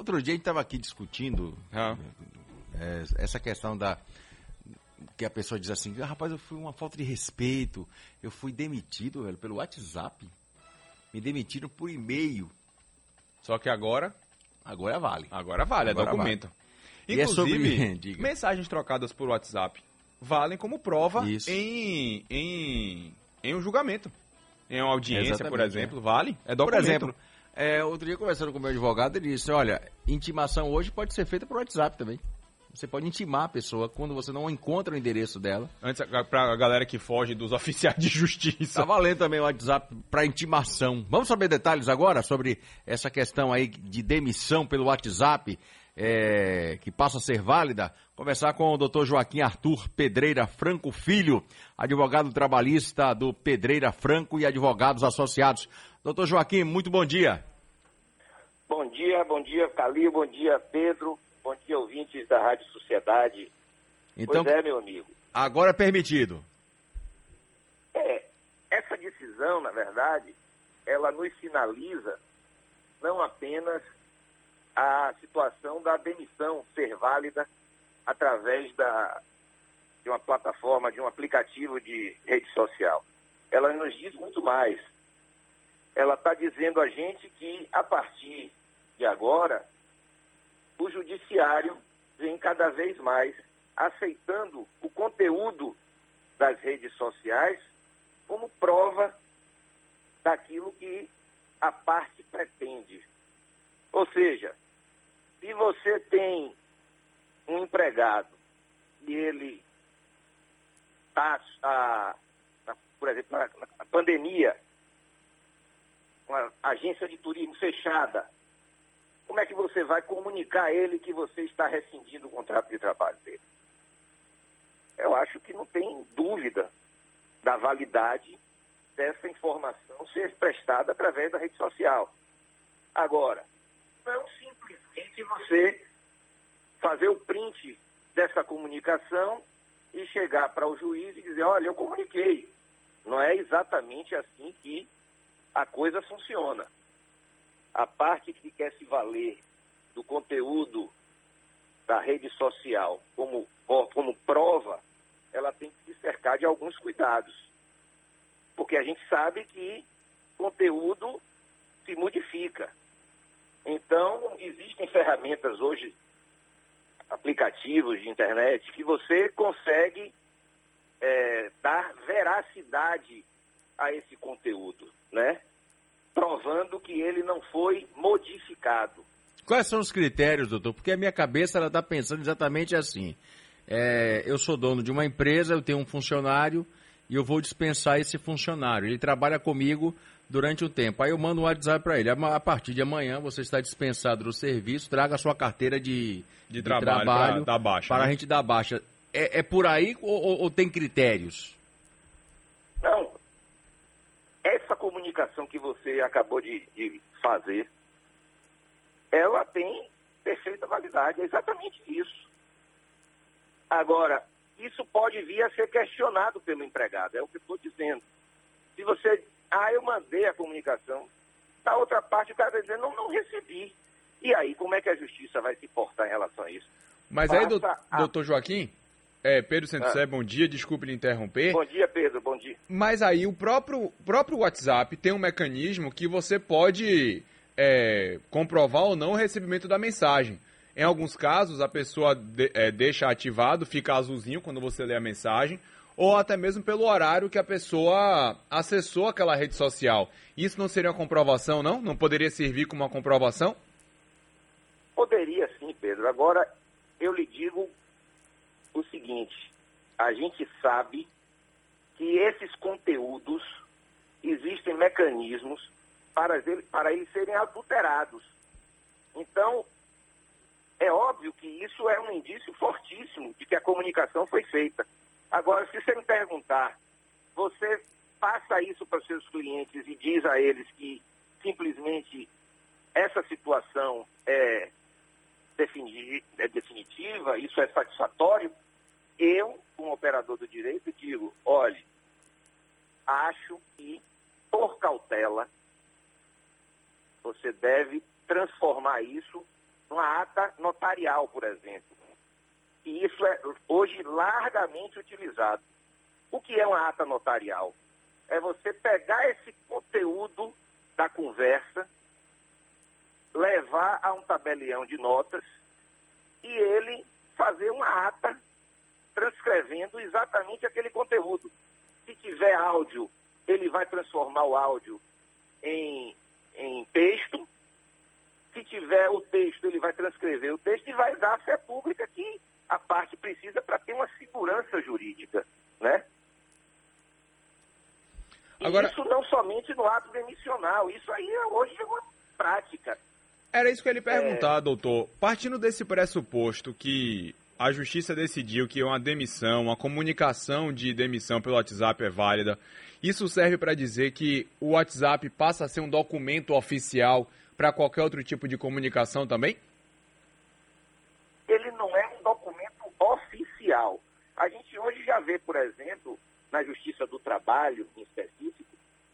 Outro dia a gente estava aqui discutindo essa questão que a pessoa diz assim, rapaz, eu fui uma falta de respeito, eu fui demitido, velho, pelo WhatsApp. Me demitiram por e-mail. Só que agora vale. Agora vale, Agora é documento. Vale. Inclusive, mensagens trocadas por WhatsApp valem como prova em um julgamento. Em uma audiência, por exemplo, vale? É documento. Por exemplo, outro dia conversando com o meu advogado, ele disse, olha, intimação hoje pode ser feita por WhatsApp também. Você pode intimar a pessoa quando você não encontra o endereço dela. Antes, pra galera que foge dos oficiais de justiça. Tá valendo também o WhatsApp para intimação. Vamos saber detalhes agora sobre essa questão aí de demissão pelo WhatsApp, que passa a ser válida. Conversar com o Dr. Joaquim Arthur Pedreira Franco Filho, advogado trabalhista do Pedreira Franco e advogados associados. Dr. Joaquim, muito bom dia. Bom dia, Calil, bom dia, Pedro. Bom dia, ouvintes da Rádio Sociedade. Então, pois é, meu amigo. Agora é permitido. Essa decisão, na verdade, ela nos sinaliza não apenas a situação da demissão ser válida através de uma plataforma, de um aplicativo de rede social. Ela nos diz muito mais. Ela está dizendo a gente que, a partir de agora, o judiciário vem cada vez mais aceitando o conteúdo das redes sociais como prova daquilo que a parte pretende. Ou seja, se você tem um empregado e ele está, por exemplo, na pandemia, uma agência de turismo fechada, como é que você vai comunicar a ele que você está rescindindo o contrato de trabalho dele? Eu acho que não tem dúvida da validade dessa informação ser prestada através da rede social. Agora, não simplesmente você fazer o print dessa comunicação e chegar para o juiz e dizer, olha, eu comuniquei. Não é exatamente assim que a coisa funciona. A parte que quer se valer do conteúdo da rede social como prova, ela tem que se cercar de alguns cuidados. Porque a gente sabe que conteúdo se modifica. Então, existem ferramentas hoje, aplicativos de internet, que você consegue dar veracidade a esse conteúdo, né? Provando que ele não foi modificado. Quais são os critérios, doutor? Porque a minha cabeça está pensando exatamente assim. Eu sou dono de uma empresa, eu tenho um funcionário e eu vou dispensar esse funcionário. Ele trabalha comigo durante um tempo. Aí eu mando um WhatsApp para ele. A partir de amanhã você está dispensado do serviço, traga a sua carteira de trabalho para a gente dar baixa. É por aí ou tem critérios? Não. Essa comunicação que você acabou de fazer, ela tem perfeita validade, é exatamente isso. Agora, isso pode vir a ser questionado pelo empregado, é o que eu estou dizendo. Se você, eu mandei a comunicação, da outra parte o cara vai dizer, não recebi. E aí, como é que a justiça vai se portar em relação a isso? Mas aí, doutor Joaquim, Pedro Santos, bom dia, desculpe lhe interromper. Bom dia, Pedro, bom dia. Mas aí o próprio WhatsApp tem um mecanismo que você pode comprovar ou não o recebimento da mensagem. Em alguns casos, a pessoa deixa ativado, fica azulzinho quando você lê a mensagem, ou até mesmo pelo horário que a pessoa acessou aquela rede social. Isso não seria uma comprovação, não? Não poderia servir como uma comprovação? Poderia sim, Pedro. Agora, eu lhe digo o seguinte, a gente sabe que esses conteúdos, existem mecanismos para eles serem adulterados. Então, é óbvio que isso é um indício fortíssimo de que a comunicação foi feita. Agora, se você me perguntar, você passa isso para os seus clientes e diz a eles que simplesmente essa situação é definitiva, isso é satisfatório, eu, como operador do direito, digo, olhe, acho que, por cautela, você deve transformar isso numa notarial, por exemplo. E isso é hoje largamente utilizado. O que é uma ata notarial? É você pegar esse conteúdo da conversa, levar a um tabelião de notas e ele fazer uma ata transcrevendo exatamente aquele conteúdo. Se tiver áudio, ele vai transformar o áudio em texto. Se tiver o texto, ele vai transcrever o texto e vai dar a fé pública que a parte precisa para ter uma segurança jurídica, né? Agora, isso não somente no ato demissional, isso aí hoje é uma prática. Era isso que eu ia lhe perguntar, doutor. Partindo desse pressuposto que a justiça decidiu que uma demissão, uma comunicação de demissão pelo WhatsApp é válida, isso serve para dizer que o WhatsApp passa a ser um documento oficial para qualquer outro tipo de comunicação também? Ele não é um documento oficial. A gente hoje já vê, por exemplo, na Justiça do Trabalho, em específico,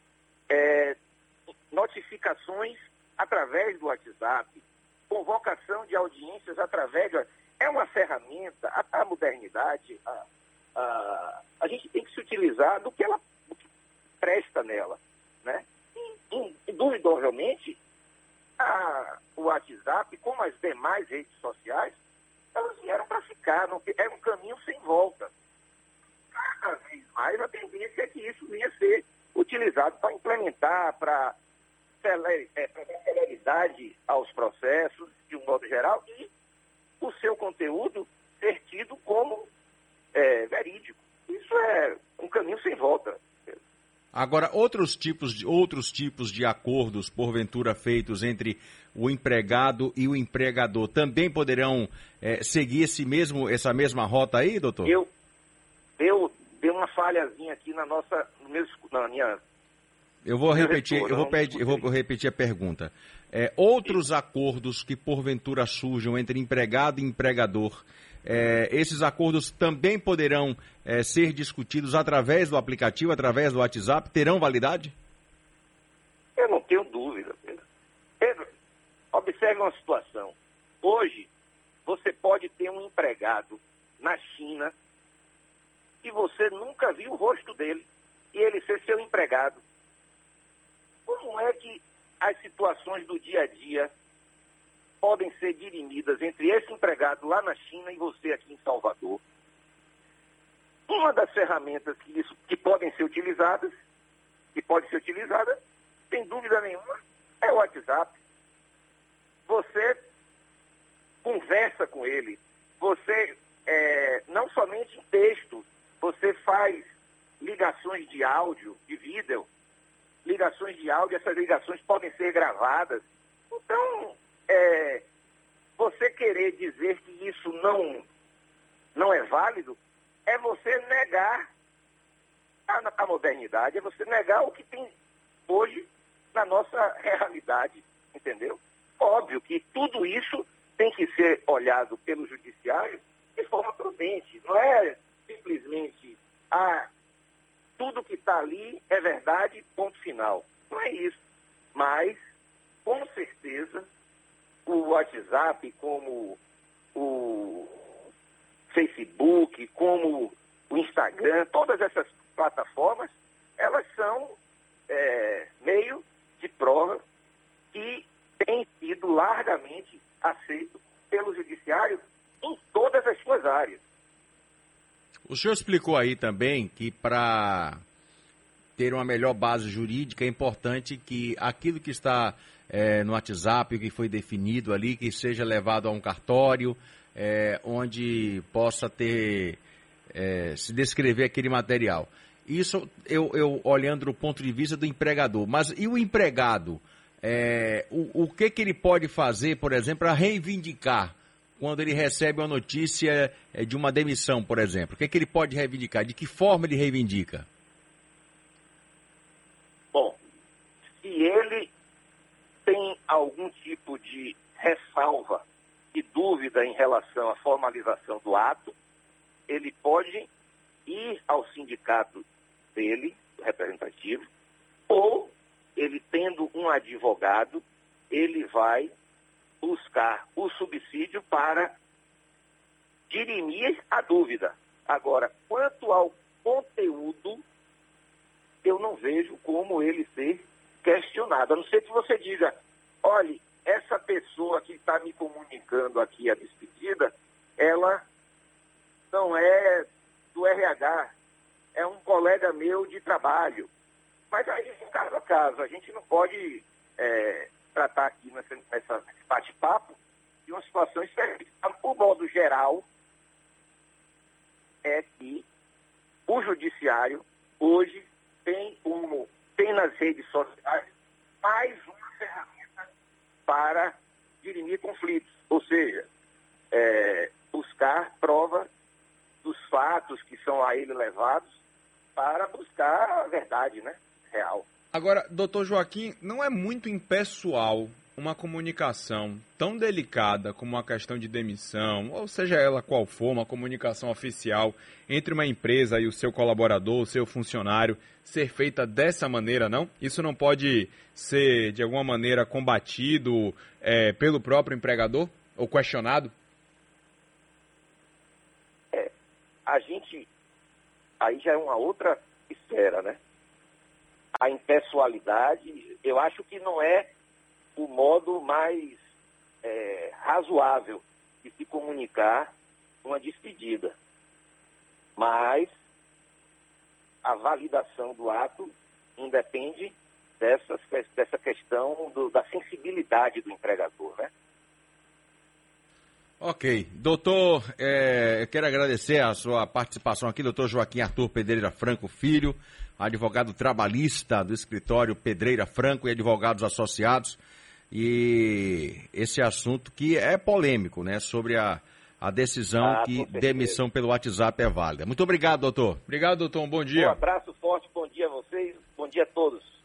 notificações através do WhatsApp, convocação de audiências através do... É uma ferramenta, a modernidade, a gente tem que se utilizar do que ela presta nela, né? E, induvidavelmente, o WhatsApp, como as demais redes sociais, elas vieram para ficar, é um caminho sem volta. Cada vez mais a tendência é que isso venha ser utilizado para implementar, para dar celeridade aos processos, de um modo geral, e o seu conteúdo ser tido como verídico. Isso é um caminho sem volta. Agora, outros tipos de acordos, porventura, feitos entre o empregado e o empregador, também poderão seguir essa mesma rota aí, doutor? Deu uma falhazinha aqui na minha... Eu vou repetir a pergunta. Outros acordos que porventura surjam entre empregado e empregador, esses acordos também poderão ser discutidos através do aplicativo, através do WhatsApp, terão validade? Eu não tenho dúvida, Pedro. Pedro, observe uma situação. Hoje, você pode ter um empregado na China e você nunca viu o rosto dele e ele ser seu empregado. Como é que as situações do dia a dia podem ser dirimidas entre esse empregado lá na China e você aqui em Salvador? Uma das ferramentas que podem ser utilizadas, sem dúvida nenhuma, é o WhatsApp. Você conversa com ele, você, não somente em texto, você faz ligações de áudio, de vídeo, essas ligações podem ser gravadas. Então, você querer dizer que isso não é válido, é você negar a modernidade, é você negar o que tem hoje na nossa realidade, entendeu? Óbvio que tudo isso tem que ser olhado pelo judiciário de forma prudente, não é simplesmente tudo que está ali é verdade, ponto final. Não é isso. Mas, com certeza, o WhatsApp, como o Facebook, como o Instagram, todas essas plataformas, elas são meio de prova que tem sido largamente aceito pelo judiciário em todas as suas áreas. O senhor explicou aí também que para ter uma melhor base jurídica é importante que aquilo que está no WhatsApp, o que foi definido ali, que seja levado a um cartório, onde possa se descrever aquele material. Isso eu olhando do ponto de vista do empregador. Mas e o empregado? O que ele pode fazer, por exemplo, para reivindicar quando ele recebe uma notícia de uma demissão, por exemplo? O que ele pode reivindicar? De que forma ele reivindica? Bom, se ele tem algum tipo de ressalva e dúvida em relação à formalização do ato, ele pode ir ao sindicato dele, representativo, ou ele tendo um advogado, ele vai buscar o subsídio para dirimir a dúvida. Agora, quanto ao conteúdo, eu não vejo como ele ser questionado. A não ser que você diga, olhe, essa pessoa que está me comunicando aqui a despedida, ela não é do RH, é um colega meu de trabalho. Mas aí, caso a caso, a gente não pode tratar aqui nesse bate-papo de uma situação específica. O modo geral é que o judiciário hoje tem nas redes sociais mais uma ferramenta para dirimir conflitos, ou seja, buscar prova dos fatos que são a ele levados para buscar a verdade, né, real. Agora, doutor Joaquim, não é muito impessoal uma comunicação tão delicada como uma questão de demissão, ou seja ela qual for, uma comunicação oficial entre uma empresa e o seu colaborador, o seu funcionário, ser feita dessa maneira, não? Isso não pode ser, de alguma maneira, combatido pelo próprio empregador ou questionado? A gente, aí já é uma outra esfera, né? A impessoalidade, eu acho que não é o modo mais razoável de se comunicar uma despedida. Mas a validação do ato independe dessa questão da sensibilidade do empregador, né? Ok. Doutor, eu quero agradecer a sua participação aqui, doutor Joaquim Arthur Pedreira Franco Filho, advogado trabalhista do escritório Pedreira Franco e advogados associados. E esse assunto que é polêmico, né, sobre a decisão que demissão pelo WhatsApp é válida. Muito obrigado, doutor. Obrigado, doutor. Um bom dia. Um abraço forte, bom dia a vocês, bom dia a todos.